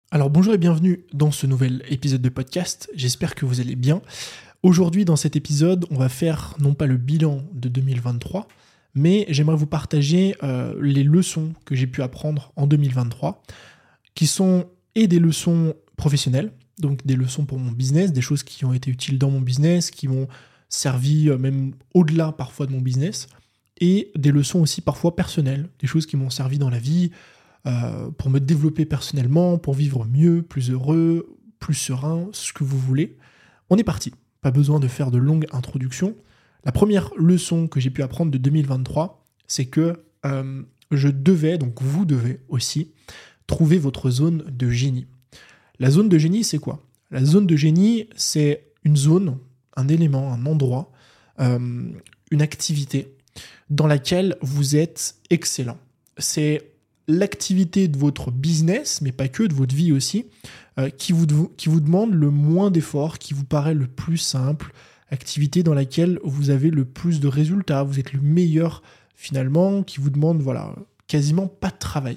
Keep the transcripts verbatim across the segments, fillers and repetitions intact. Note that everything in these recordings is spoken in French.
Alors bonjour et bienvenue dans ce nouvel épisode de podcast, j'espère que vous allez bien. Aujourd'hui dans cet épisode, on va faire non pas le bilan de deux mille vingt-trois, mais j'aimerais vous partager euh, les leçons que j'ai pu apprendre en deux mille vingt-trois, qui sont et des leçons professionnelles, donc des leçons pour mon business, des choses qui ont été utiles dans mon business, qui m'ont servi euh, même au-delà parfois de mon business, et des leçons aussi parfois personnelles, des choses qui m'ont servi dans la vie, Euh, pour me développer personnellement, pour vivre mieux, plus heureux, plus serein, ce que vous voulez. On est parti. Pas besoin de faire de longues introductions. La première leçon que j'ai pu apprendre de deux mille vingt-trois, c'est que euh, je devais, donc vous devez aussi, trouver votre zone de génie. La zone de génie, c'est quoi ? La zone de génie, c'est une zone, un élément, un endroit, euh, une activité dans laquelle vous êtes excellent. C'est l'activité de votre business, mais pas que, de votre vie aussi, euh, qui, vous, qui vous demande le moins d'efforts, qui vous paraît le plus simple, activité dans laquelle vous avez le plus de résultats, vous êtes le meilleur finalement, qui vous demande voilà, quasiment pas de travail.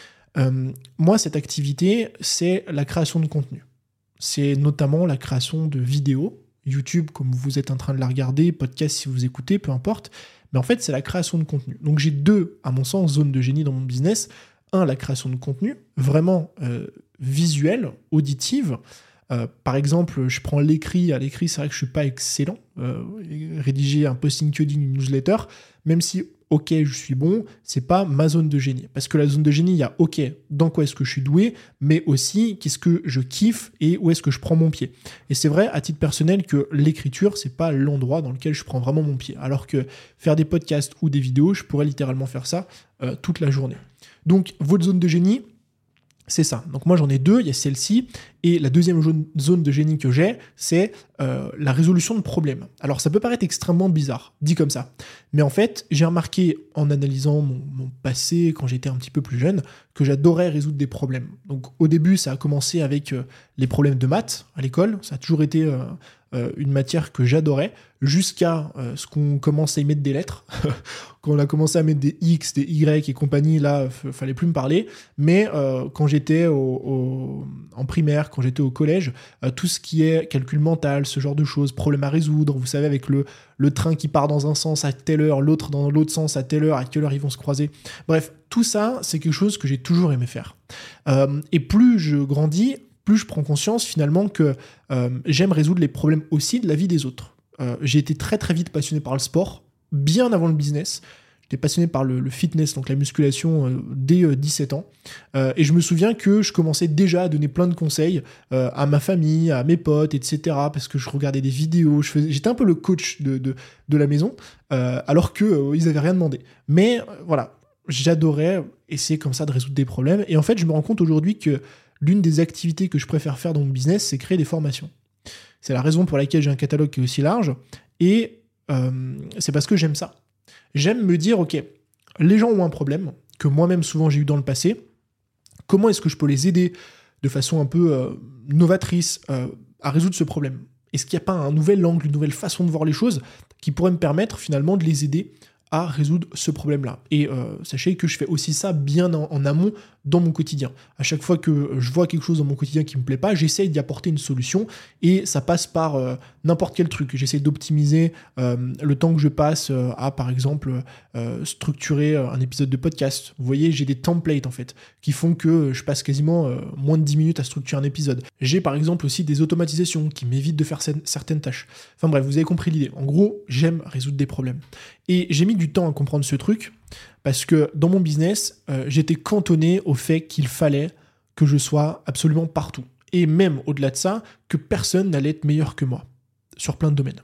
Euh, moi, cette activité, c'est la création de contenu. C'est notamment la création de vidéos, YouTube comme vous êtes en train de la regarder, podcast si vous écoutez, peu importe. Mais en fait, c'est la création de contenu. Donc j'ai deux, à mon sens, zones de génie dans mon business. Un, la création de contenu, vraiment euh, visuelle, auditive. Euh, par exemple, je prends l'écrit. À l'écrit, c'est vrai que je ne suis pas excellent. Euh, rédiger un post LinkedIn, une newsletter, même si, ok, je suis bon, c'est pas ma zone de génie. Parce que la zone de génie, il y a, ok, dans quoi est-ce que je suis doué, mais aussi, qu'est-ce que je kiffe et où est-ce que je prends mon pied. Et c'est vrai, à titre personnel, que l'écriture, c'est pas l'endroit dans lequel je prends vraiment mon pied. Alors que faire des podcasts ou des vidéos, je pourrais littéralement faire ça euh, toute la journée. Donc, votre zone de génie, c'est ça. Donc moi, j'en ai deux, il y a celle-ci, et la deuxième zone de génie que j'ai, c'est euh, la résolution de problèmes. Alors ça peut paraître extrêmement bizarre, dit comme ça, mais en fait, j'ai remarqué en analysant mon, mon passé, quand j'étais un petit peu plus jeune, que j'adorais résoudre des problèmes. Donc au début, ça a commencé avec euh, les problèmes de maths à l'école, ça a toujours été euh, euh, une matière que j'adorais, jusqu'à euh, ce qu'on commence à y mettre des lettres. Quand on a commencé à mettre des X, des Y et compagnie, là, f- fallait plus me parler. Mais euh, quand j'étais au, au, en primaire, quand j'étais au collège, euh, tout ce qui est calcul mental, ce genre de choses, problèmes à résoudre, vous savez, avec le, le train qui part dans un sens à telle heure, l'autre dans l'autre sens à telle heure, à quelle heure ils vont se croiser. Bref, tout ça, c'est quelque chose que j'ai toujours aimé faire. Euh, et plus je grandis, plus je prends conscience finalement que euh, j'aime résoudre les problèmes aussi de la vie des autres. Euh, j'ai été très très vite passionné par le sport, bien avant le business. J'étais passionné par le, le fitness, donc la musculation, euh, dès euh, dix-sept ans. Euh, et je me souviens que je commençais déjà à donner plein de conseils euh, à ma famille, à mes potes, et cetera. Parce que je regardais des vidéos, je faisais, j'étais un peu le coach de, de, de la maison, euh, alors qu'ils euh, n'avaient rien demandé. Mais euh, voilà, j'adorais essayer comme ça de résoudre des problèmes. Et en fait, je me rends compte aujourd'hui que l'une des activités que je préfère faire dans mon business, c'est créer des formations. C'est la raison pour laquelle j'ai un catalogue qui est aussi large. Et euh, c'est parce que j'aime ça. J'aime me dire, ok, les gens ont un problème, que moi-même souvent j'ai eu dans le passé. Comment est-ce que je peux les aider de façon un peu euh, novatrice euh, à résoudre ce problème ? Est-ce qu'il n'y a pas un nouvel angle, une nouvelle façon de voir les choses qui pourrait me permettre finalement de les aider à résoudre ce problème-là. Et euh, sachez que je fais aussi ça bien en, en amont dans mon quotidien. À chaque fois que je vois quelque chose dans mon quotidien qui me plaît pas, j'essaye d'y apporter une solution et ça passe par euh, n'importe quel truc. J'essaie d'optimiser euh, le temps que je passe euh, à, par exemple, euh, structurer un épisode de podcast. Vous voyez, j'ai des templates en fait qui font que je passe quasiment euh, moins de dix minutes à structurer un épisode. J'ai par exemple aussi des automatisations qui m'évitent de faire certaines tâches. Enfin bref, vous avez compris l'idée. En gros, j'aime résoudre des problèmes. Et j'ai mis du temps à comprendre ce truc parce que dans mon business, euh, j'étais cantonné au fait qu'il fallait que je sois absolument partout. Et même au-delà de ça, que personne n'allait être meilleur que moi sur plein de domaines.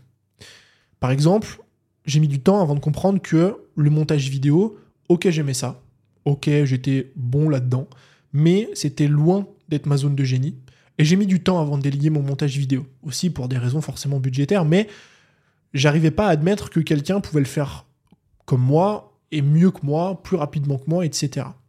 Par exemple, j'ai mis du temps avant de comprendre que le montage vidéo, ok, j'aimais ça, ok, j'étais bon là-dedans, mais c'était loin d'être ma zone de génie. Et j'ai mis du temps avant de déléguer mon montage vidéo, aussi pour des raisons forcément budgétaires, mais j'arrivais pas à admettre que quelqu'un pouvait le faire comme moi, et mieux que moi, plus rapidement que moi, et cetera.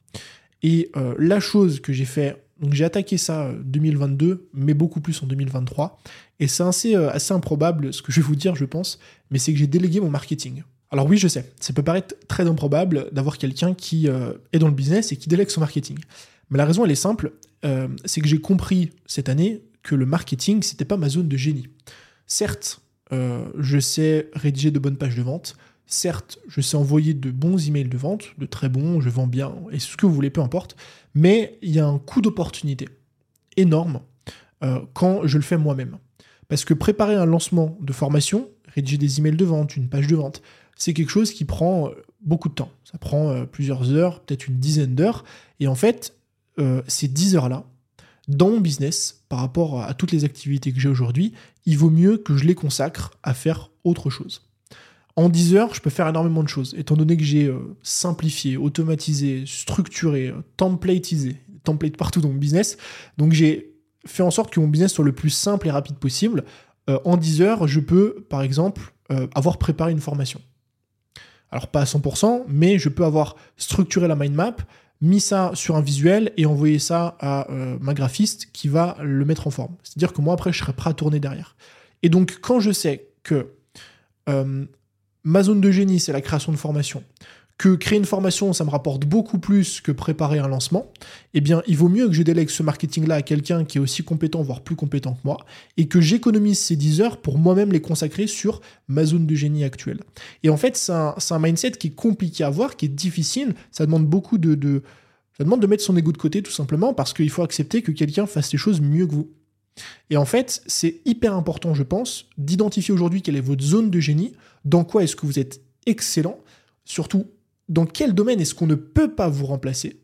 Et euh, la chose que j'ai fait, donc j'ai attaqué ça deux mille vingt-deux, mais beaucoup plus en deux mille vingt-trois, et c'est assez, euh, assez improbable ce que je vais vous dire, je pense, mais c'est que j'ai délégué mon marketing. Alors oui, je sais, ça peut paraître très improbable d'avoir quelqu'un qui euh, est dans le business et qui délègue son marketing. Mais la raison, elle est simple, euh, c'est que j'ai compris cette année que le marketing, c'était pas ma zone de génie. Certes, euh, je sais rédiger de bonnes pages de vente. Certes, je sais envoyer de bons emails de vente, de très bons, je vends bien, et ce que vous voulez, peu importe. Mais il y a un coût d'opportunité énorme euh, quand je le fais moi-même. Parce que préparer un lancement de formation, rédiger des emails de vente, une page de vente, c'est quelque chose qui prend beaucoup de temps. Ça prend euh, plusieurs heures, peut-être une dizaine d'heures. Et en fait, euh, ces dix heures-là, dans mon business, par rapport à toutes les activités que j'ai aujourd'hui, il vaut mieux que je les consacre à faire autre chose. En dix heures, je peux faire énormément de choses, étant donné que j'ai euh, simplifié, automatisé, structuré, euh, templatisé, template partout dans mon business. Donc j'ai fait en sorte que mon business soit le plus simple et rapide possible. Euh, en dix heures, je peux, par exemple, euh, avoir préparé une formation. Alors pas à cent pour cent, mais je peux avoir structuré la mind map, mis ça sur un visuel et envoyé ça à euh, ma graphiste qui va le mettre en forme. C'est-à-dire que moi, après, je serai prêt à tourner derrière. Et donc, quand je sais que euh, ma zone de génie, c'est la création de formation, que créer une formation, ça me rapporte beaucoup plus que préparer un lancement, eh bien, il vaut mieux que je délègue ce marketing-là à quelqu'un qui est aussi compétent, voire plus compétent que moi, et que j'économise ces dix heures pour moi-même les consacrer sur ma zone de génie actuelle. Et en fait, c'est un, c'est un mindset qui est compliqué à avoir, qui est difficile, ça demande beaucoup de, de, ça demande de mettre son ego de côté, tout simplement, parce qu'il faut accepter que quelqu'un fasse les choses mieux que vous. Et en fait, c'est hyper important, je pense, d'identifier aujourd'hui quelle est votre zone de génie, dans quoi est-ce que vous êtes excellent, surtout dans quel domaine est-ce qu'on ne peut pas vous remplacer,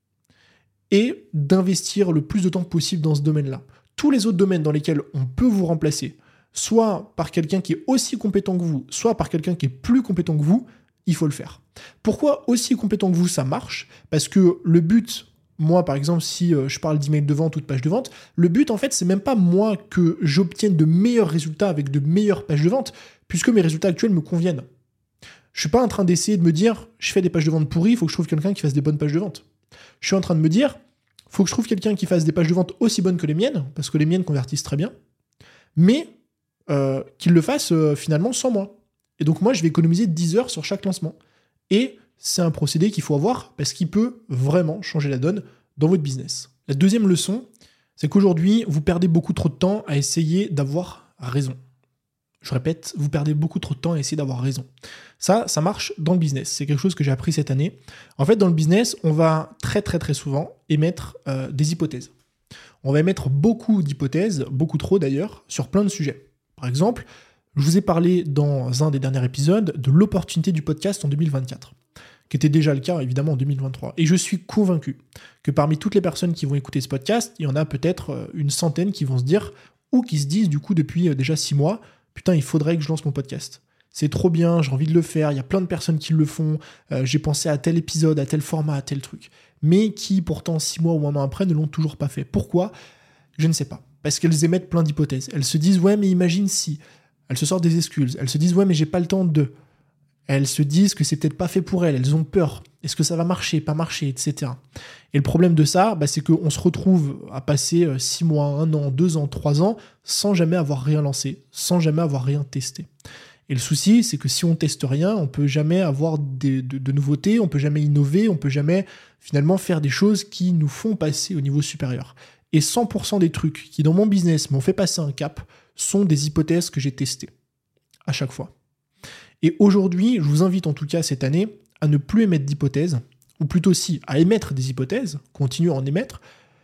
et d'investir le plus de temps possible dans ce domaine-là. Tous les autres domaines dans lesquels on peut vous remplacer, soit par quelqu'un qui est aussi compétent que vous, soit par quelqu'un qui est plus compétent que vous, il faut le faire. Pourquoi aussi compétent que vous, ça marche ? Parce que le but, moi par exemple, si je parle d'email de vente ou de page de vente, le but en fait, c'est même pas moi que j'obtienne de meilleurs résultats avec de meilleures pages de vente, puisque mes résultats actuels me conviennent. Je suis pas en train d'essayer de me dire, je fais des pages de vente pourries, il faut que je trouve quelqu'un qui fasse des bonnes pages de vente. Je suis en train de me dire, il faut que je trouve quelqu'un qui fasse des pages de vente aussi bonnes que les miennes, parce que les miennes convertissent très bien, mais euh, qu'il le fasse euh, finalement sans moi. Et donc moi, je vais économiser dix heures sur chaque lancement. Et c'est un procédé qu'il faut avoir, parce qu'il peut vraiment changer la donne dans votre business. La deuxième leçon, c'est qu'aujourd'hui, vous perdez beaucoup trop de temps à essayer d'avoir raison. Je répète, vous perdez beaucoup trop de temps à essayer d'avoir raison. Ça, ça marche dans le business. C'est quelque chose que j'ai appris cette année. En fait, dans le business, on va très très très souvent émettre euh, des hypothèses. On va émettre beaucoup d'hypothèses, beaucoup trop d'ailleurs, sur plein de sujets. Par exemple, je vous ai parlé dans un des derniers épisodes de l'opportunité du podcast en deux mille vingt-quatre, qui était déjà le cas évidemment en deux mille vingt-trois. Et je suis convaincu que parmi toutes les personnes qui vont écouter ce podcast, il y en a peut-être une centaine qui vont se dire, ou qui se disent du coup depuis déjà six mois, putain, il faudrait que je lance mon podcast. C'est trop bien, j'ai envie de le faire, il y a plein de personnes qui le font, euh, j'ai pensé à tel épisode, à tel format, à tel truc. Mais qui, pourtant, six mois ou un an après, ne l'ont toujours pas fait. Pourquoi ? Je ne sais pas. Parce qu'elles émettent plein d'hypothèses. Elles se disent, ouais, mais imagine si. Elles se sortent des excuses. Elles se disent, ouais, mais j'ai pas le temps de. Elles se disent que c'est peut-être pas fait pour elles. Elles ont peur. Est-ce que ça va marcher, pas marcher, et cetera. Et le problème de ça, bah, c'est qu'on se retrouve à passer six mois, un an, deux ans, trois ans, sans jamais avoir rien lancé, sans jamais avoir rien testé. Et le souci, c'est que si on teste rien, on peut jamais avoir des, de, de nouveautés, on peut jamais innover, on peut jamais finalement faire des choses qui nous font passer au niveau supérieur. Et cent pour cent des trucs qui, dans mon business, m'ont fait passer un cap, sont des hypothèses que j'ai testées, à chaque fois. Et aujourd'hui, je vous invite en tout cas cette année à ne plus émettre d'hypothèses, ou plutôt si, à émettre des hypothèses, continuer à en émettre,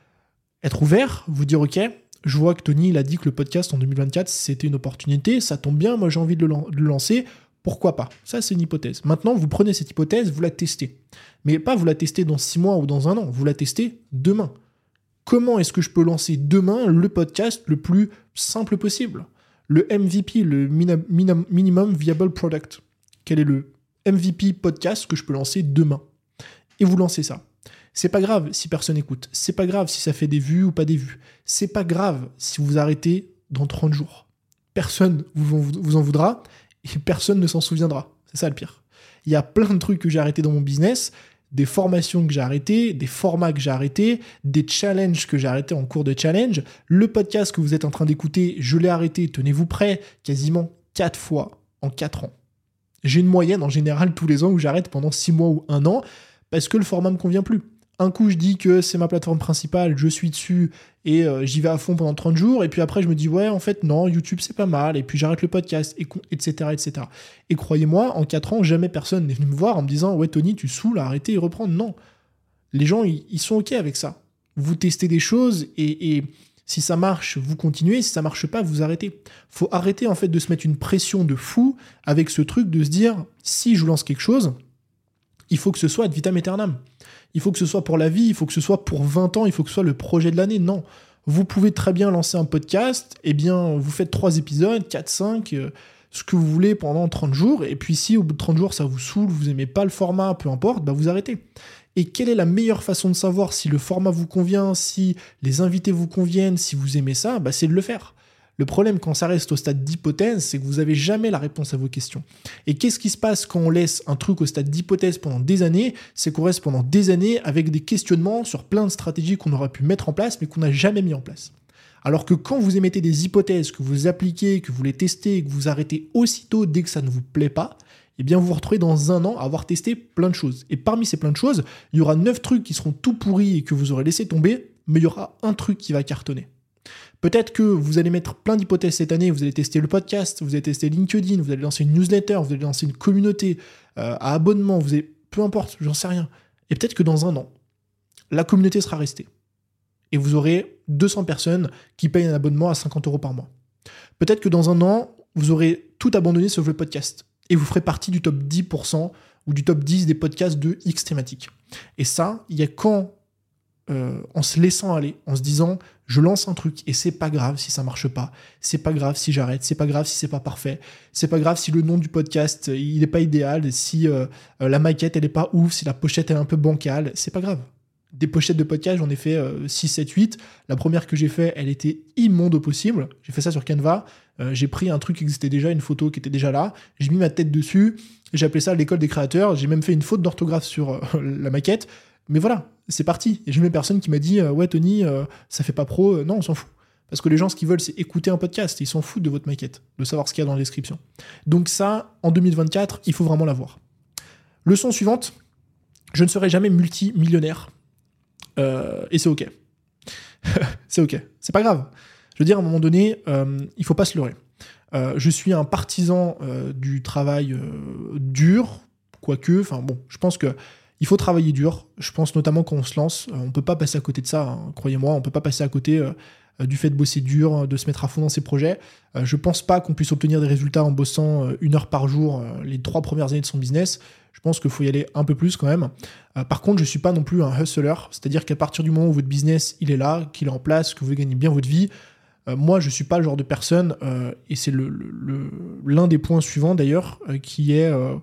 être ouvert, vous dire ok, je vois que Tony il a dit que le podcast en deux mille vingt-quatre c'était une opportunité, ça tombe bien, moi j'ai envie de le, lan- de le lancer, pourquoi pas ? Ça c'est une hypothèse. Maintenant vous prenez cette hypothèse, vous la testez. Mais pas vous la testez dans six mois ou dans un an, vous la testez demain. Comment est-ce que je peux lancer demain le podcast le plus simple possible ? Le M V P, le mina- mina- Minimum Viable Product. Quel est le M V P podcast que je peux lancer demain ? Et vous lancez ça. C'est pas grave si personne n'écoute. C'est pas grave si ça fait des vues ou pas des vues. C'est pas grave si vous arrêtez dans trente jours. Personne vous, vous en voudra et personne ne s'en souviendra. C'est ça le pire. Il y a plein de trucs que j'ai arrêtés dans mon business, des formations que j'ai arrêtées, des formats que j'ai arrêtés, des challenges que j'ai arrêtés en cours de challenge. Le podcast que vous êtes en train d'écouter, je l'ai arrêté, tenez-vous prêts, quasiment quatre fois en quatre ans. J'ai une moyenne en général tous les ans où j'arrête pendant six mois ou un an parce que le format me convient plus. Un coup, je dis que c'est ma plateforme principale, je suis dessus et euh, j'y vais à fond pendant trente jours. Et puis après, je me dis, ouais, en fait, non, YouTube, c'est pas mal. Et puis j'arrête le podcast, et, et cetera, et cetera. Et croyez-moi, en quatre ans, jamais personne n'est venu me voir en me disant, ouais, Tony, tu saoules, arrêtez et reprendre. Non. Les gens, ils, ils sont OK avec ça. Vous testez des choses et, et si ça marche, vous continuez. Si ça marche pas, vous arrêtez. Faut arrêter, en fait, de se mettre une pression de fou avec ce truc de se dire, si je lance quelque chose, il faut que ce soit ad vitam aeternam. Il faut que ce soit pour la vie, il faut que ce soit pour vingt ans, il faut que ce soit le projet de l'année. Non. Vous pouvez très bien lancer un podcast, eh bien, vous faites trois épisodes, quatre, cinq, euh, ce que vous voulez pendant trente jours, et puis si au bout de trente jours, ça vous saoule, vous aimez pas le format, peu importe, bah vous arrêtez. Et quelle est la meilleure façon de savoir si le format vous convient, si les invités vous conviennent, si vous aimez ça, bah c'est de le faire. Le problème, quand ça reste au stade d'hypothèse, c'est que vous n'avez jamais la réponse à vos questions. Et qu'est-ce qui se passe quand on laisse un truc au stade d'hypothèse pendant des années ? C'est qu'on reste pendant des années avec des questionnements sur plein de stratégies qu'on aurait pu mettre en place, mais qu'on n'a jamais mis en place. Alors que quand vous émettez des hypothèses, que vous appliquez, que vous les testez, que vous arrêtez aussitôt dès que ça ne vous plaît pas, eh bien vous vous retrouvez dans un an à avoir testé plein de choses. Et parmi ces plein de choses, il y aura neuf trucs qui seront tout pourris et que vous aurez laissé tomber, mais il y aura un truc qui va cartonner. Peut-être que vous allez mettre plein d'hypothèses cette année, vous allez tester le podcast, vous allez tester LinkedIn, vous allez lancer une newsletter, vous allez lancer une communauté euh, à abonnement, vous allez... peu importe, j'en sais rien. Et peut-être que dans un an, la communauté sera restée. Et vous aurez deux cents personnes qui payent un abonnement à cinquante euros par mois. Peut-être que dans un an, vous aurez tout abandonné sauf le podcast. Et vous ferez partie du top dix pour cent ou du top dix des podcasts de X thématiques. Et ça, il y a quand... Euh, en se laissant aller, en se disant je lance un truc et c'est pas grave si ça marche pas, c'est pas grave si j'arrête, c'est pas grave si c'est pas parfait, c'est pas grave si le nom du podcast il est pas idéal, si euh, la maquette elle est pas ouf, si la pochette elle est un peu bancale, c'est pas grave. Des pochettes de podcast j'en ai fait euh, six, sept, huit, la première que j'ai fait elle était immonde au possible, j'ai fait ça sur Canva, euh, j'ai pris un truc qui existait déjà, une photo qui était déjà là, j'ai mis ma tête dessus, j'ai appelé ça l'école des créateurs, j'ai même fait une faute d'orthographe sur euh, la maquette. Mais voilà, c'est parti. Et j'ai même personne qui m'a dit euh, « Ouais, Tony, euh, ça fait pas pro. » Non, on s'en fout. Parce que les gens, ce qu'ils veulent, c'est écouter un podcast. Ils s'en foutent de votre maquette, de savoir ce qu'il y a dans la description. Donc ça, en deux mille vingt-quatre, il faut vraiment l'avoir. Leçon suivante, je ne serai jamais multimillionnaire. Euh, et c'est OK. C'est OK. C'est pas grave. Je veux dire, à un moment donné, euh, il faut pas se leurrer. Euh, je suis un partisan euh, du travail euh, dur, quoique, enfin bon, je pense que il faut travailler dur. Je pense notamment quand on se lance, on ne peut pas passer à côté de ça, hein, croyez-moi, on ne peut pas passer à côté euh, du fait de bosser dur, de se mettre à fond dans ses projets. Euh, je ne pense pas qu'on puisse obtenir des résultats en bossant euh, une heure par jour euh, les trois premières années de son business. Je pense qu'il faut y aller un peu plus quand même. Euh, par contre, je ne suis pas non plus un hustler, c'est-à-dire qu'à partir du moment où votre business il est là, qu'il est en place, que vous gagnez bien votre vie, euh, moi je ne suis pas le genre de personne, euh, et c'est le, le, le, l'un des points suivants d'ailleurs, euh, qui est... Euh,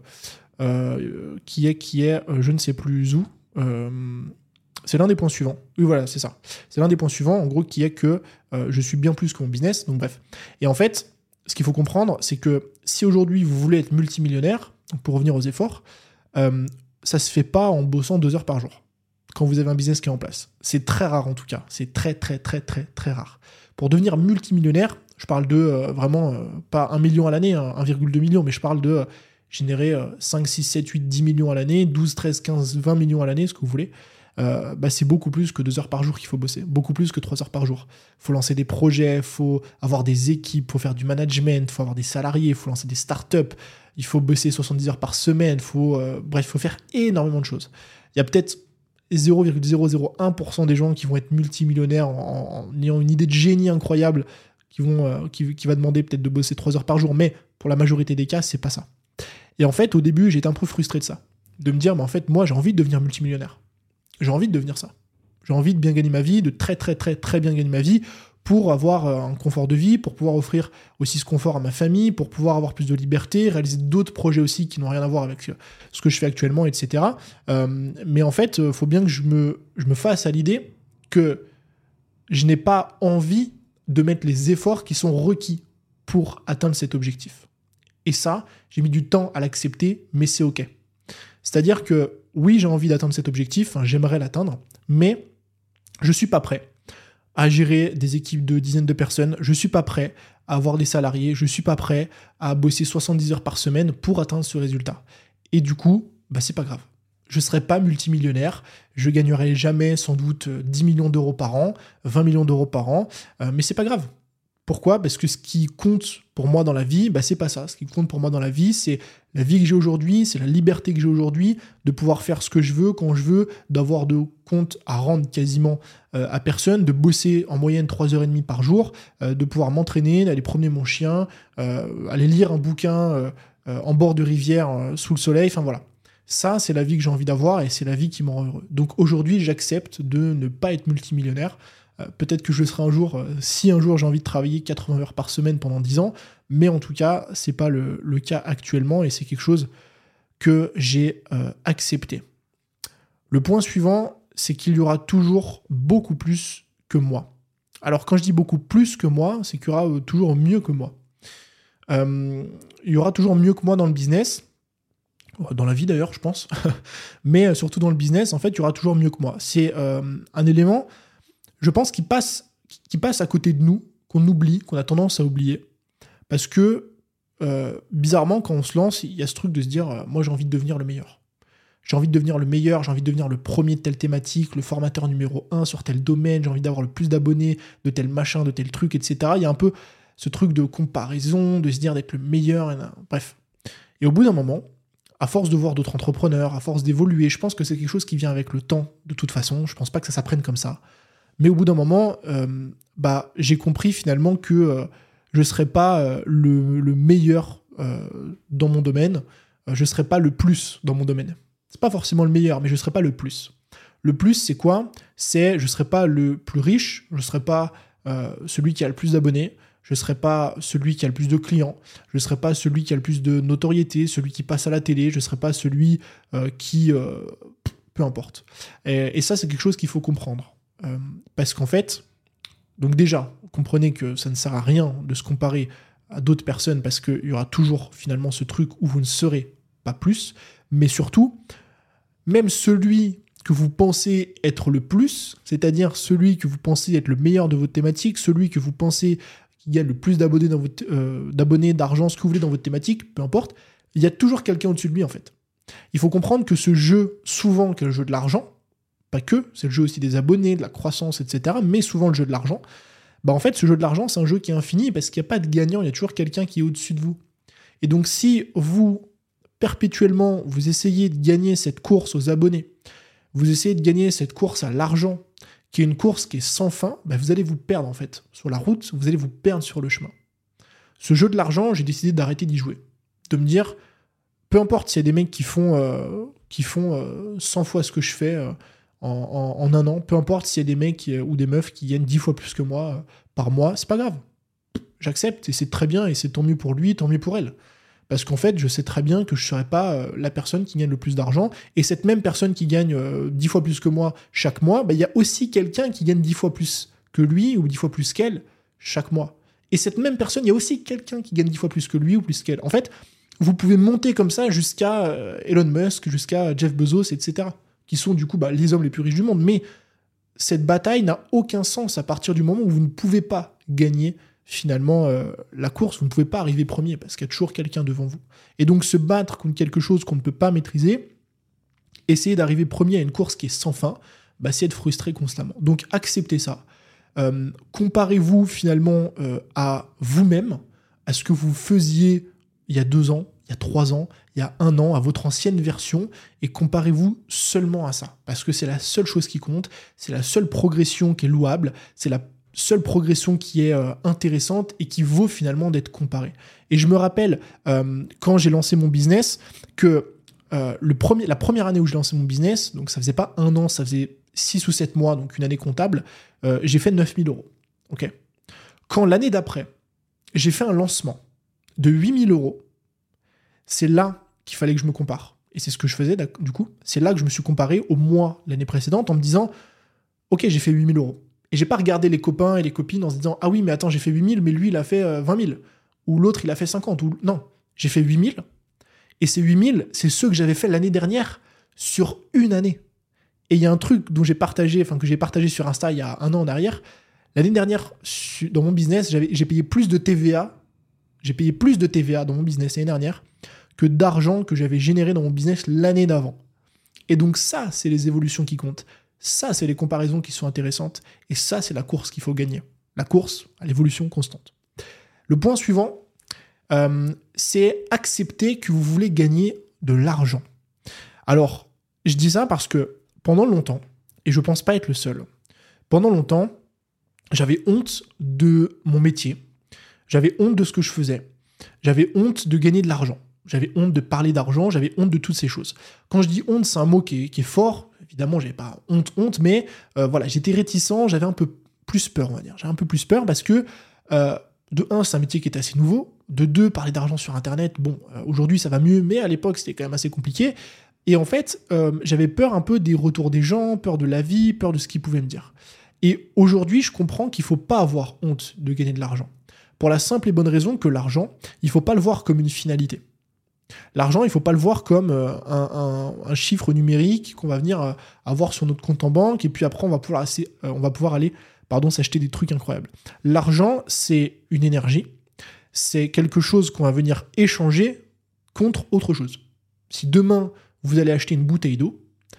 Euh, qui est, qui est euh, je ne sais plus où, euh, c'est l'un des points suivants, oui voilà c'est ça, c'est l'un des points suivants en gros qui est que euh, je suis bien plus que mon business, donc bref. Et en fait, ce qu'il faut comprendre, c'est que si aujourd'hui vous voulez être multimillionnaire, pour revenir aux efforts, euh, ça se fait pas en bossant deux heures par jour, quand vous avez un business qui est en place. C'est très rare en tout cas, c'est très très très très très rare. Pour devenir multimillionnaire, je parle de euh, vraiment, euh, pas un million à l'année, hein, un virgule deux million, mais je parle de... Euh, générer cinq, six, sept, huit, dix millions à l'année, douze, treize, quinze, vingt millions à l'année, ce que vous voulez, euh, bah c'est beaucoup plus que deux heures par jour qu'il faut bosser, beaucoup plus que trois heures par jour. Il faut lancer des projets, il faut avoir des équipes, il faut faire du management, il faut avoir des salariés, il faut lancer des startups, il faut bosser soixante-dix heures par semaine, faut, euh, bref, il faut faire énormément de choses. Il y a peut-être zéro virgule zéro zéro un pour cent des gens qui vont être multimillionnaires en, en ayant une idée de génie incroyable, qui, vont, euh, qui, qui va demander peut-être de bosser trois heures par jour, mais pour la majorité des cas, c'est pas ça. Et en fait, au début, j'étais un peu frustré de ça. De me dire, mais en fait, moi, j'ai envie de devenir multimillionnaire. J'ai envie de devenir ça. J'ai envie de bien gagner ma vie, de très, très, très, très bien gagner ma vie pour avoir un confort de vie, pour pouvoir offrir aussi ce confort à ma famille, pour pouvoir avoir plus de liberté, réaliser d'autres projets aussi qui n'ont rien à voir avec ce que je fais actuellement, et cetera. Euh, mais en fait, il faut bien que je me, je me fasse à l'idée que je n'ai pas envie de mettre les efforts qui sont requis pour atteindre cet objectif. Et ça, j'ai mis du temps à l'accepter, mais c'est OK. C'est-à-dire que oui, j'ai envie d'atteindre cet objectif, hein, j'aimerais l'atteindre, mais je ne suis pas prêt à gérer des équipes de dizaines de personnes, je ne suis pas prêt à avoir des salariés, je ne suis pas prêt à bosser soixante-dix heures par semaine pour atteindre ce résultat. Et du coup, bah, c'est pas grave. je ne serai pas multimillionnaire, je gagnerai jamais sans doute dix millions d'euros par an, vingt millions d'euros par an, euh, mais c'est pas grave. Pourquoi ? Parce que ce qui compte pour moi dans la vie, bah, c'est pas ça. Ce qui compte pour moi dans la vie, c'est la vie que j'ai aujourd'hui, c'est la liberté que j'ai aujourd'hui, de pouvoir faire ce que je veux, quand je veux, d'avoir de comptes à rendre quasiment euh, à personne, de bosser en moyenne trois heures trente par jour, euh, de pouvoir m'entraîner, d'aller promener mon chien, euh, aller lire un bouquin euh, euh, en bord de rivière, euh, sous le soleil, enfin voilà. Ça, c'est la vie que j'ai envie d'avoir et c'est la vie qui me rend heureux. Donc aujourd'hui, j'accepte de ne pas être multimillionnaire. Euh, peut-être que je le serai un jour, euh, si un jour j'ai envie de travailler quatre-vingts heures par semaine pendant dix ans, mais en tout cas, c'est pas le, le cas actuellement et c'est quelque chose que j'ai euh, accepté. Le point suivant, c'est qu'il y aura toujours beaucoup plus que moi. Alors quand je dis beaucoup plus que moi, c'est qu'il y aura euh, toujours mieux que moi. Euh, il y aura toujours mieux que moi dans le business, dans la vie d'ailleurs, je pense, mais surtout dans le business, en fait, il y aura toujours mieux que moi. C'est euh, un élément, je pense, qui passe, qui passe à côté de nous, qu'on oublie, qu'on a tendance à oublier. Parce que, euh, bizarrement, quand on se lance, il y a ce truc de se dire euh, « moi, j'ai envie de devenir le meilleur ». J'ai envie de devenir le meilleur, j'ai envie de devenir le premier de telle thématique, le formateur numéro un sur tel domaine, j'ai envie d'avoir le plus d'abonnés de tel machin, de tel truc, et cetera. Il y a un peu ce truc de comparaison, de se dire d'être le meilleur, et bref. Et au bout d'un moment, à force de voir d'autres entrepreneurs, à force d'évoluer, je pense que c'est quelque chose qui vient avec le temps, de toute façon, je pense pas que ça s'apprenne comme ça. Mais au bout d'un moment, euh, bah, j'ai compris finalement que euh, je ne serais pas euh, le, le meilleur euh, dans mon domaine, euh, je ne serais pas le plus dans mon domaine. C'est pas forcément le meilleur, mais je ne serais pas le plus. Le plus, c'est quoi ? C'est je ne serais pas le plus riche, je ne serais pas euh, celui qui a le plus d'abonnés, je ne serais pas celui qui a le plus de clients, je ne serais pas celui qui a le plus de notoriété, celui qui passe à la télé, je ne serais pas celui euh, qui... Euh, peu importe. Et, et ça, c'est quelque chose qu'il faut comprendre. Euh, parce qu'en fait, donc déjà, comprenez que ça ne sert à rien de se comparer à d'autres personnes parce qu'il y aura toujours finalement ce truc où vous ne serez pas plus, mais surtout, même celui que vous pensez être le plus, c'est-à-dire celui que vous pensez être le meilleur de votre thématique, celui que vous pensez qui gagne le plus d'abonnés, dans votre, euh, d'abonnés, d'argent, ce que vous voulez dans votre thématique, peu importe, il y a toujours quelqu'un au-dessus de lui en fait. Il faut comprendre que ce jeu, souvent, qui est le jeu de l'argent, pas que, c'est le jeu aussi des abonnés, de la croissance, et cetera, mais souvent le jeu de l'argent, bah en fait, ce jeu de l'argent, c'est un jeu qui est infini parce qu'il n'y a pas de gagnant, il y a toujours quelqu'un qui est au-dessus de vous. Et donc, si vous, perpétuellement, vous essayez de gagner cette course aux abonnés, vous essayez de gagner cette course à l'argent, qui est une course qui est sans fin, bah vous allez vous perdre en fait. Sur la route, vous allez vous perdre sur le chemin. Ce jeu de l'argent, j'ai décidé d'arrêter d'y jouer. De me dire, peu importe s'il y a des mecs qui font, euh, qui font euh, cent fois ce que je fais euh, en, en, en un an, peu importe s'il y a des mecs qui, ou des meufs qui gagnent dix fois plus que moi euh, par mois, c'est pas grave. J'accepte et c'est très bien et c'est tant mieux pour lui, tant mieux pour elle. Parce qu'en fait, je sais très bien que je ne serai pas euh, la personne qui gagne le plus d'argent. Et cette même personne qui gagne euh, dix fois plus que moi chaque mois, bah, y a aussi quelqu'un qui gagne dix fois plus que lui ou dix fois plus qu'elle chaque mois. Et cette même personne, il y a aussi quelqu'un qui gagne dix fois plus que lui ou plus qu'elle. En fait, vous pouvez monter comme ça jusqu'à euh, Elon Musk, jusqu'à Jeff Bezos, et cetera. Qui sont du coup bah, les hommes les plus riches du monde. Mais cette bataille n'a aucun sens à partir du moment où vous ne pouvez pas gagner finalement euh, la course, vous ne pouvez pas arriver premier parce qu'il y a toujours quelqu'un devant vous. Et donc se battre contre quelque chose qu'on ne peut pas maîtriser, essayer d'arriver premier à une course qui est sans fin, bah, c'est être frustré constamment. Donc acceptez ça. Euh, comparez-vous finalement euh, à vous-même, à ce que vous faisiez il y a deux ans, il y a trois ans, il y a un an, à votre ancienne version, et comparez-vous seulement à ça. Parce que c'est la seule chose qui compte, c'est la seule progression qui est louable, c'est la seule progression qui est euh, intéressante et qui vaut finalement d'être comparée. Et je me rappelle, euh, quand j'ai lancé mon business, que euh, le premier, la première année où j'ai lancé mon business, donc ça faisait pas un an, ça faisait six ou sept mois, donc une année comptable, euh, j'ai fait neuf mille euros. Okay. Quand l'année d'après, j'ai fait un lancement de huit mille euros, c'est là qu'il fallait que je me compare. Et c'est ce que je faisais, du coup. C'est là que je me suis comparé au mois l'année précédente en me disant « Ok, j'ai fait huit mille euros. » Et j'ai pas regardé les copains et les copines en se disant « Ah oui, mais attends, j'ai fait huit mille, mais lui, il a fait euh, vingt mille. » Ou l'autre, il a fait cinquante. Ou... Non, j'ai fait huit mille. Et ces huit mille, c'est ceux que j'avais fait l'année dernière sur une année. Et il y a un truc dont j'ai partagé, enfin que j'ai partagé sur Insta il y a un an en arrière. L'année dernière, dans mon business, j'avais, j'ai payé plus de T V A. J'ai payé plus de T V A dans mon business l'année dernière que d'argent que j'avais généré dans mon business l'année d'avant. Et donc ça, c'est les évolutions qui comptent. Ça, c'est les comparaisons qui sont intéressantes. Et ça, c'est la course qu'il faut gagner. La course à l'évolution constante. Le point suivant, euh, c'est accepter que vous voulez gagner de l'argent. Alors, je dis ça parce que pendant longtemps, et je pense pas être le seul, pendant longtemps, j'avais honte de mon métier, j'avais honte de ce que je faisais, j'avais honte de gagner de l'argent, j'avais honte de parler d'argent, j'avais honte de toutes ces choses. Quand je dis honte, c'est un mot qui est, qui est fort, évidemment, j'avais pas honte, honte, mais euh, voilà, j'étais réticent, j'avais un peu plus peur, on va dire. J'avais un peu plus peur parce que, euh, de un, c'est un métier qui est assez nouveau, de deux, parler d'argent sur Internet, bon, euh, aujourd'hui ça va mieux, mais à l'époque c'était quand même assez compliqué, et en fait, euh, j'avais peur un peu des retours des gens, peur de la vie, peur de ce qu'ils pouvaient me dire. Et aujourd'hui, je comprends qu'il ne faut pas avoir honte de gagner de l'argent. Pour la simple et bonne raison que l'argent, il ne faut pas le voir comme une finalité. L'argent, il ne faut pas le voir comme euh, un, un, un chiffre numérique qu'on va venir euh, avoir sur notre compte en banque, et puis après, on va pouvoir, assez, euh, on va pouvoir aller pardon, s'acheter des trucs incroyables. L'argent, c'est une énergie, c'est quelque chose qu'on va venir échanger contre autre chose. Si demain, vous allez acheter une bouteille d'eau,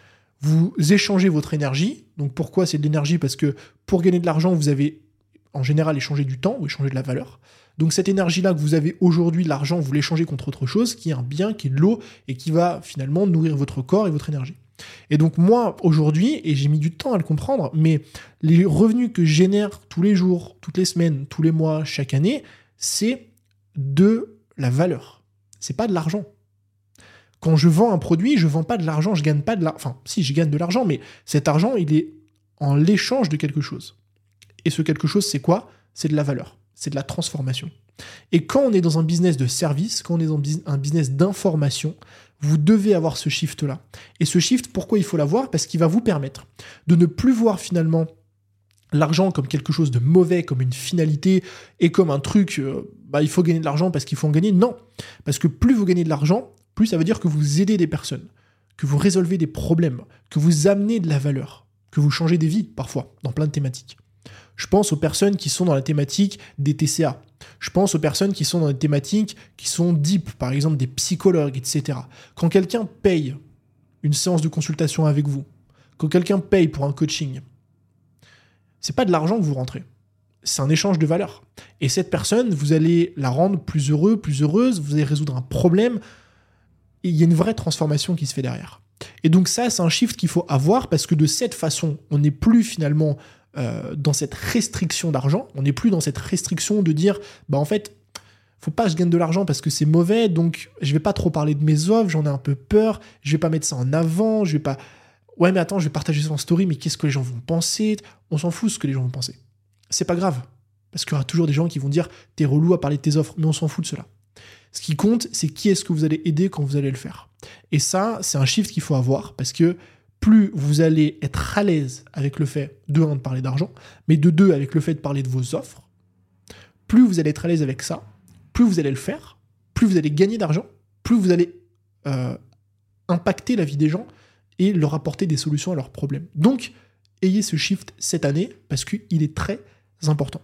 vous échangez votre énergie. Donc pourquoi c'est de l'énergie ? Parce que pour gagner de l'argent, vous avez en général échangé du temps ou échangé de la valeur. Donc cette énergie-là que vous avez aujourd'hui, l'argent, vous l'échangez contre autre chose, qui est un bien, qui est de l'eau, et qui va finalement nourrir votre corps et votre énergie. Et donc moi, aujourd'hui, et j'ai mis du temps à le comprendre, mais les revenus que je génère tous les jours, toutes les semaines, tous les mois, chaque année, c'est de la valeur. C'est pas de l'argent. Quand je vends un produit, je vends pas de l'argent, je gagne pas de l'argent. Enfin, si, je gagne de l'argent, mais cet argent, il est en l'échange de quelque chose. Et ce quelque chose, c'est quoi ? C'est de la valeur. C'est de la transformation. Et quand on est dans un business de service, quand on est dans un business d'information, vous devez avoir ce shift-là. Et ce shift, pourquoi il faut l'avoir ? Parce qu'il va vous permettre de ne plus voir finalement l'argent comme quelque chose de mauvais, comme une finalité, et comme un truc, euh, bah, il faut gagner de l'argent parce qu'il faut en gagner. Non. Parce que plus vous gagnez de l'argent, plus ça veut dire que vous aidez des personnes, que vous résolvez des problèmes, que vous amenez de la valeur, que vous changez des vies, parfois, dans plein de thématiques. Je pense aux personnes qui sont dans la thématique des T C A. Je pense aux personnes qui sont dans des thématiques qui sont deep, par exemple des psychologues, et cetera. Quand quelqu'un paye une séance de consultation avec vous, quand quelqu'un paye pour un coaching, c'est pas de l'argent que vous rentrez. C'est un échange de valeur. Et cette personne, vous allez la rendre plus heureux, plus heureuse, vous allez résoudre un problème. Et il y a une vraie transformation qui se fait derrière. Et donc ça, c'est un shift qu'il faut avoir parce que de cette façon, on n'est plus finalement euh, dans cette restriction d'argent, on n'est plus dans cette restriction de dire, bah en fait, faut pas que je gagne de l'argent parce que c'est mauvais, donc je vais pas trop parler de mes offres, j'en ai un peu peur, je vais pas mettre ça en avant, je vais pas... Ouais, mais attends, je vais partager ça en story, mais qu'est-ce que les gens vont penser ? On s'en fout ce que les gens vont penser. C'est pas grave, parce qu'il y aura toujours des gens qui vont dire, t'es relou à parler de tes offres, mais on s'en fout de cela. Ce qui compte, c'est qui est-ce que vous allez aider quand vous allez le faire. Et ça, c'est un shift qu'il faut avoir parce que plus vous allez être à l'aise avec le fait, de un, de parler d'argent, mais de deux, avec le fait de parler de vos offres, plus vous allez être à l'aise avec ça, plus vous allez le faire, plus vous allez gagner d'argent, plus vous allez euh, impacter la vie des gens et leur apporter des solutions à leurs problèmes. Donc, ayez ce shift cette année parce qu'il est très important.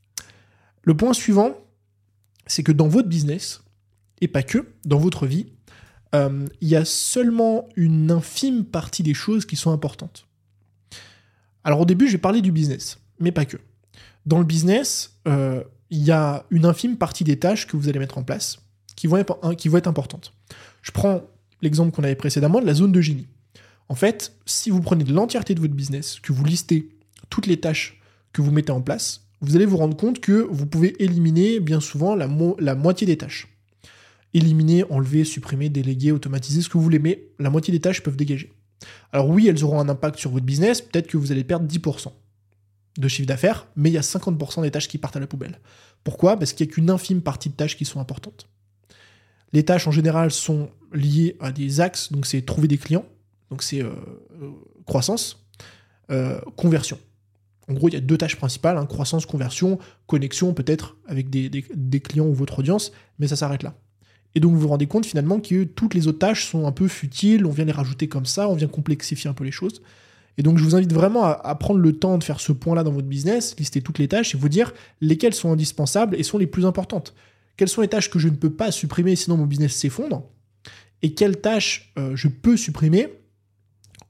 Le point suivant, c'est que dans votre business, et pas que, dans votre vie, euh, il y a seulement une infime partie des choses qui sont importantes. Alors au début, je vais parler du business, mais pas que. Dans le business, euh, il y a une infime partie des tâches que vous allez mettre en place qui vont être, qui vont être importantes. Je prends l'exemple qu'on avait précédemment de la zone de génie. En fait, si vous prenez de l'entièreté de votre business, que vous listez toutes les tâches que vous mettez en place, vous allez vous rendre compte que vous pouvez éliminer bien souvent la, mo- la moitié des tâches. Éliminer, enlever, supprimer, déléguer, automatiser, ce que vous voulez, mais la moitié des tâches peuvent dégager. Alors oui, elles auront un impact sur votre business, peut-être que vous allez perdre dix pour cent de chiffre d'affaires, mais il y a cinquante pour cent des tâches qui partent à la poubelle. Pourquoi ? Parce qu'il n'y a qu'une infime partie de tâches qui sont importantes. Les tâches en général sont liées à des axes, donc c'est trouver des clients, donc c'est euh, euh, croissance, euh, conversion. En gros, il y a deux tâches principales, hein, croissance, conversion, connexion peut-être avec des, des, des clients ou votre audience, mais ça s'arrête là. Et donc vous vous rendez compte finalement que toutes les autres tâches sont un peu futiles, on vient les rajouter comme ça, on vient complexifier un peu les choses. Et donc je vous invite vraiment à, à prendre le temps de faire ce point-là dans votre business, lister toutes les tâches et vous dire lesquelles sont indispensables et sont les plus importantes. Quelles sont les tâches que je ne peux pas supprimer sinon mon business s'effondre ? Et quelles tâches euh, je peux supprimer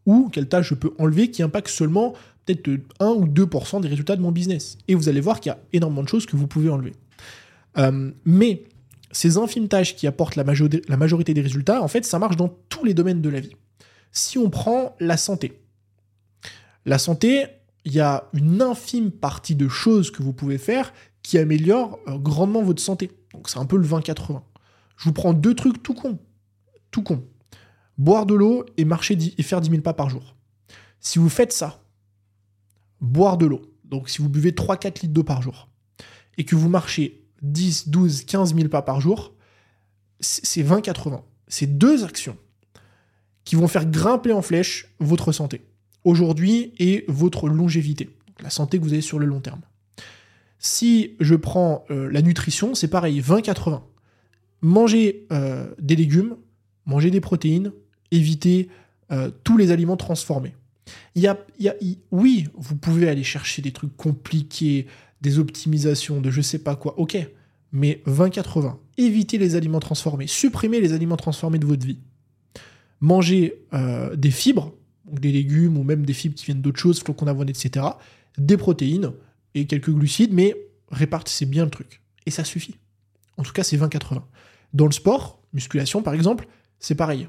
ou quelle tâche je peux enlever qui impacte seulement peut-être un ou deux pour cent des résultats de mon business. Et vous allez voir qu'il y a énormément de choses que vous pouvez enlever. Euh, mais ces infimes tâches qui apportent la, majorité, la majorité des résultats, en fait, ça marche dans tous les domaines de la vie. Si on prend la santé, la santé, il y a une infime partie de choses que vous pouvez faire qui améliorent euh, grandement votre santé. Donc c'est un peu le vingt quatre-vingts. Je vous prends deux trucs tout cons. Tout con. Boire de l'eau et marcher et faire dix mille pas par jour. Si vous faites ça, boire de l'eau, donc si vous buvez trois à quatre litres d'eau par jour, et que vous marchez dix, douze, quinze mille pas par jour, c'est vingt quatre-vingts. C'est deux actions qui vont faire grimper en flèche votre santé, aujourd'hui, et votre longévité, la santé que vous avez sur le long terme. Si je prends euh, la nutrition, c'est pareil, vingt quatre-vingts. Manger euh, des légumes, manger des protéines, éviter euh, tous les aliments transformés. Il y a, il y a, il, oui, vous pouvez aller chercher des trucs compliqués, des optimisations de je sais pas quoi, ok, mais vingt quatre-vingts. Évitez les aliments transformés, supprimez les aliments transformés de votre vie. Mangez euh, des fibres, donc des légumes ou même des fibres qui viennent d'autres choses, flocons d'avoine, et cetera, des protéines et quelques glucides, mais répartissez bien le truc. Et ça suffit. En tout cas, c'est vingt quatre-vingts. Dans le sport, musculation par exemple, c'est pareil.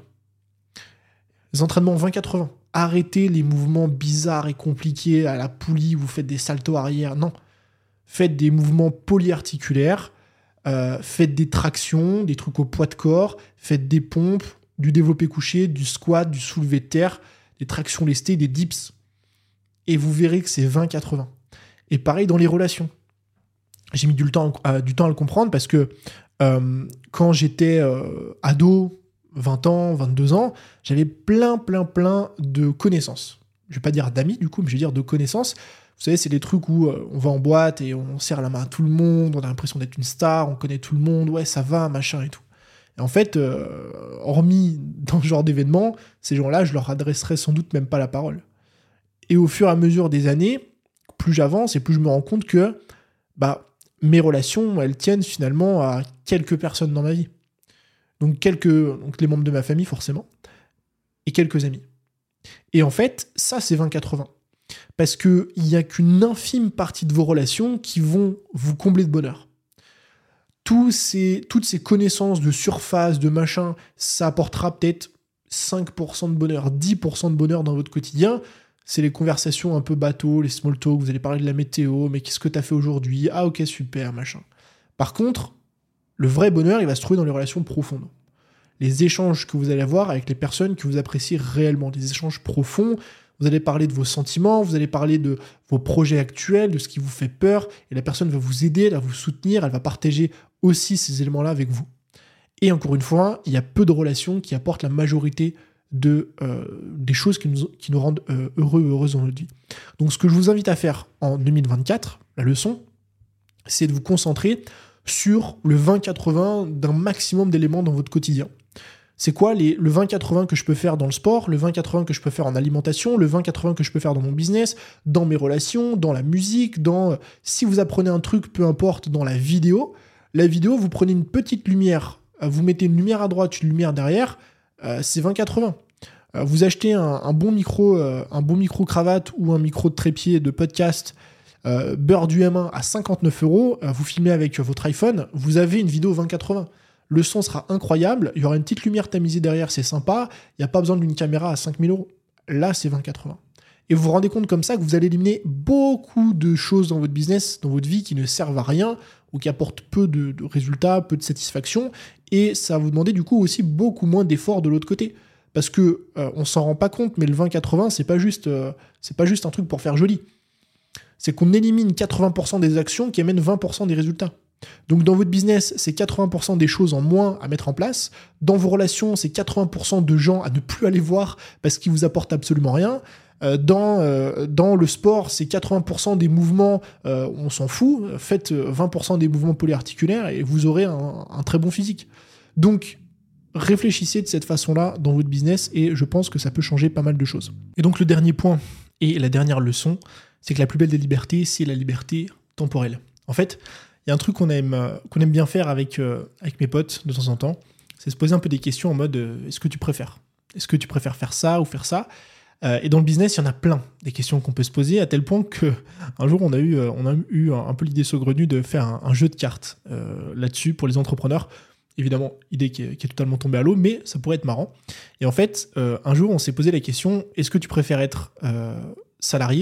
Les entraînements vingt quatre-vingts. Arrêtez les mouvements bizarres et compliqués à la poulie où vous faites des saltos arrière. Non. Faites des mouvements polyarticulaires, euh, faites des tractions, des trucs au poids de corps, faites des pompes, du développé couché, du squat, du soulevé de terre, des tractions lestées, des dips. Et vous verrez que c'est vingt quatre-vingts. Et pareil dans les relations. J'ai mis du temps, euh, du temps à le comprendre parce que euh, quand j'étais euh, ado, vingt ans, vingt-deux ans, j'avais plein, plein, plein de connaissances. Je vais pas dire d'amis du coup, mais je vais dire de connaissances. Vous savez, c'est des trucs où euh, on va en boîte et on serre la main à tout le monde, on a l'impression d'être une star, on connaît tout le monde, ouais, ça va, machin et tout. Et en fait, euh, hormis dans ce genre d'événement, ces gens-là, je leur adresserai sans doute même pas la parole. Et au fur et à mesure des années, plus j'avance et plus je me rends compte que bah, mes relations, elles tiennent finalement à quelques personnes dans ma vie. Donc, quelques, donc les membres de ma famille, forcément, et quelques amis. Et en fait, ça, c'est vingt quatre-vingts. Parce qu'il n'y a qu'une infime partie de vos relations qui vont vous combler de bonheur. Tous ces, toutes ces connaissances de surface, de machin, ça apportera peut-être cinq pour cent de bonheur, dix pour cent de bonheur dans votre quotidien. C'est les conversations un peu bateau, les small talk, vous allez parler de la météo, mais qu'est-ce que t'as fait aujourd'hui ? Ah ok, super, machin. Par contre, le vrai bonheur, il va se trouver dans les relations profondes. Les échanges que vous allez avoir avec les personnes que vous appréciez réellement, des échanges profonds. Vous allez parler de vos sentiments, vous allez parler de vos projets actuels, de ce qui vous fait peur, et la personne va vous aider, elle va vous soutenir, elle va partager aussi ces éléments-là avec vous. Et encore une fois, il y a peu de relations qui apportent la majorité de, euh, des choses qui nous, qui nous rendent euh, heureux et heureuses dans notre vie. Donc ce que je vous invite à faire en deux mille vingt-quatre, la leçon, c'est de vous concentrer sur le vingt quatre-vingts d'un maximum d'éléments dans votre quotidien. C'est quoi les, le vingt quatre-vingts que je peux faire dans le sport, le vingt quatre-vingts que je peux faire en alimentation, le vingt quatre-vingts que je peux faire dans mon business, dans mes relations, dans la musique, dans... Si vous apprenez un truc, peu importe, dans la vidéo, la vidéo, vous prenez une petite lumière, vous mettez une lumière à droite, une lumière derrière, euh, c'est vingt quatre-vingts. Euh, vous achetez un, un bon micro, euh, un bon micro cravate ou un micro de trépied de podcast euh, beurre du M un à cinquante-neuf euros, euh, vous filmez avec votre iPhone, vous avez une vidéo vingt quatre-vingts. Le son sera incroyable, il y aura une petite lumière tamisée derrière, c'est sympa, il n'y a pas besoin d'une caméra à cinq mille euros. Là, c'est vingt quatre-vingts. Et vous vous rendez compte comme ça que vous allez éliminer beaucoup de choses dans votre business, dans votre vie qui ne servent à rien ou qui apportent peu de, de résultats, peu de satisfaction, et ça va vous demander du coup aussi beaucoup moins d'efforts de l'autre côté. Parce que euh, on s'en rend pas compte, mais le vingt quatre-vingts, c'est pas juste, euh, c'est pas juste un truc pour faire joli. C'est qu'on élimine quatre-vingts pour cent des actions qui amènent vingt pour cent des résultats. Donc dans votre business, c'est quatre-vingts pour cent des choses en moins à mettre en place. Dans vos relations, c'est quatre-vingts pour cent de gens à ne plus aller voir parce qu'ils vous apportent absolument rien. Euh, dans, euh, dans le sport, c'est quatre-vingts pour cent des mouvements, euh, on s'en fout. Faites vingt pour cent des mouvements polyarticulaires et vous aurez un, un très bon physique. Donc réfléchissez de cette façon-là dans votre business et je pense que ça peut changer pas mal de choses. Et donc le dernier point et la dernière leçon, c'est que la plus belle des libertés, c'est la liberté temporelle. En fait, il y a un truc qu'on aime, qu'on aime bien faire avec, euh, avec mes potes de temps en temps, c'est se poser un peu des questions en mode euh, est-ce que tu préfères ? Est-ce que tu préfères faire ça ou faire ça ? Euh, et dans le business, il y en a plein des questions qu'on peut se poser, à tel point que un jour, on a eu, on a eu un peu l'idée saugrenue de faire un, un jeu de cartes euh, là-dessus pour les entrepreneurs. Évidemment, idée qui est, qui est totalement tombée à l'eau, mais ça pourrait être marrant. Et en fait, euh, un jour, on s'est posé la question, est-ce que tu préfères être euh, salarié ?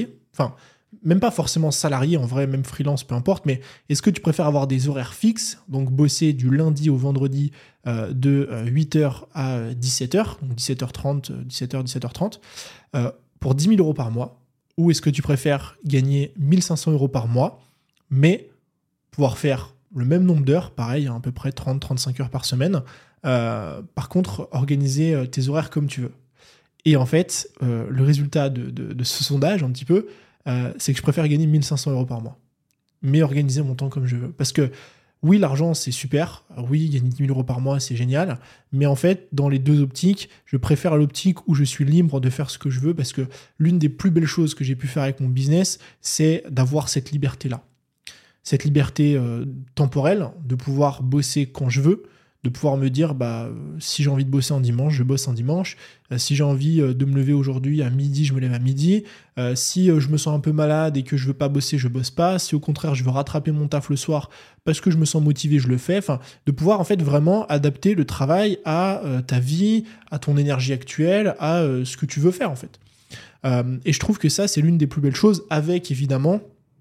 Enfin, même pas forcément salarié, en vrai, même freelance, peu importe, mais est-ce que tu préfères avoir des horaires fixes, donc bosser du lundi au vendredi euh, de euh, huit heures à dix-sept heures, donc dix-sept heures trente, dix-sept heures, dix-sept heures trente, euh, pour dix mille euros par mois, ou est-ce que tu préfères gagner mille cinq cents euros par mois, mais pouvoir faire le même nombre d'heures, pareil, à peu près trente à trente-cinq heures par semaine, euh, par contre, organiser euh, tes horaires comme tu veux. Et en fait, euh, le résultat de, de, de ce sondage, un petit peu, Euh, c'est que je préfère gagner mille cinq cents euros par mois, mais organiser mon temps comme je veux. Parce que oui, l'argent, c'est super. Oui, gagner dix mille euros par mois, c'est génial. Mais en fait, dans les deux optiques, je préfère l'optique où je suis libre de faire ce que je veux, parce que l'une des plus belles choses que j'ai pu faire avec mon business, c'est d'avoir cette liberté-là. Cette liberté euh, temporelle, de pouvoir bosser quand je veux, de pouvoir me dire, bah, si j'ai envie de bosser un dimanche, je bosse un dimanche. Euh, si j'ai envie de me lever aujourd'hui à midi, je me lève à midi. Euh, si euh, je me sens un peu malade et que je veux pas bosser, je bosse pas. Si au contraire, je veux rattraper mon taf le soir parce que je me sens motivé, je le fais. Enfin, de pouvoir en fait vraiment adapter le travail à euh, ta vie, à ton énergie actuelle, à euh, ce que tu veux faire en fait. Euh, et je trouve que ça, c'est l'une des plus belles choses, avec évidemment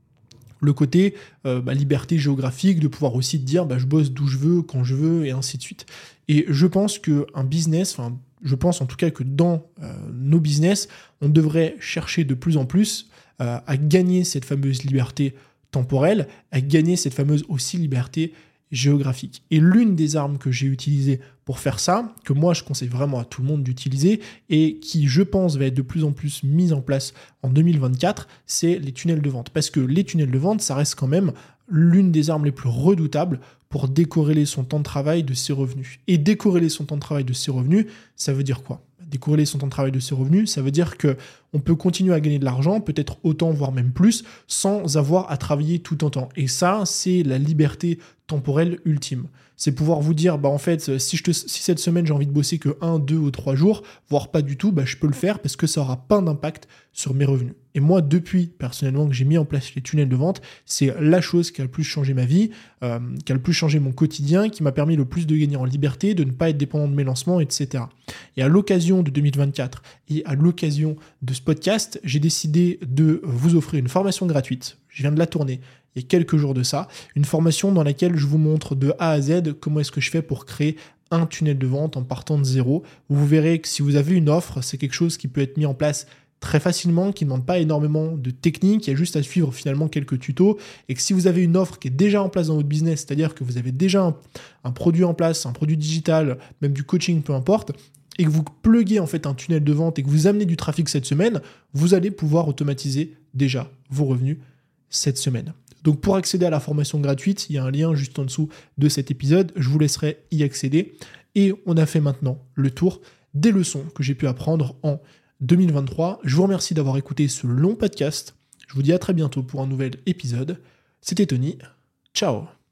le côté euh, bah, liberté géographique, de pouvoir aussi te dire bah, je bosse d'où je veux, quand je veux, et ainsi de suite. Et je pense qu'un business, enfin je pense en tout cas que dans euh, nos business, on devrait chercher de plus en plus euh, à gagner cette fameuse liberté temporelle, à gagner cette fameuse aussi liberté géographique. Et l'une des armes que j'ai utilisées pour faire ça, que moi je conseille vraiment à tout le monde d'utiliser et qui je pense va être de plus en plus mise en place en deux mille vingt-quatre, c'est les tunnels de vente. Parce que les tunnels de vente, ça reste quand même l'une des armes les plus redoutables pour décorréler son temps de travail de ses revenus. Et décorréler son temps de travail de ses revenus, ça veut dire quoi ? Décorréler son temps de travail de ses revenus, ça veut dire qu'on peut continuer à gagner de l'argent, peut-être autant, voire même plus, sans avoir à travailler tout en temps. Et ça, c'est la liberté temporelle ultime. C'est pouvoir vous dire, bah en fait, si, je te, si cette semaine j'ai envie de bosser que un, deux ou trois jours, voire pas du tout, bah je peux le faire parce que ça aura pas d'impact sur mes revenus. Et moi, depuis, personnellement, que j'ai mis en place les tunnels de vente, c'est la chose qui a le plus changé ma vie, euh, qui a le plus changé mon quotidien, qui m'a permis le plus de gagner en liberté, de ne pas être dépendant de mes lancements, et cetera. Et à l'occasion de deux mille vingt-quatre et à l'occasion de ce podcast, j'ai décidé de vous offrir une formation gratuite. Je viens de la tourner il y a quelques jours de ça, une formation dans laquelle je vous montre de A à Z comment est-ce que je fais pour créer un tunnel de vente en partant de zéro. Vous verrez que si vous avez une offre, c'est quelque chose qui peut être mis en place très facilement, qui ne demande pas énormément de technique, il y a juste à suivre finalement quelques tutos, et que si vous avez une offre qui est déjà en place dans votre business, c'est-à-dire que vous avez déjà un, un produit en place, un produit digital, même du coaching, peu importe, et que vous pluguez en fait un tunnel de vente et que vous amenez du trafic cette semaine, vous allez pouvoir automatiser déjà vos revenus cette semaine. Donc pour accéder à la formation gratuite, il y a un lien juste en dessous de cet épisode, je vous laisserai y accéder. Et on a fait maintenant le tour des leçons que j'ai pu apprendre en deux mille vingt-trois. Je vous remercie d'avoir écouté ce long podcast. Je vous dis à très bientôt pour un nouvel épisode. C'était Tony. Ciao.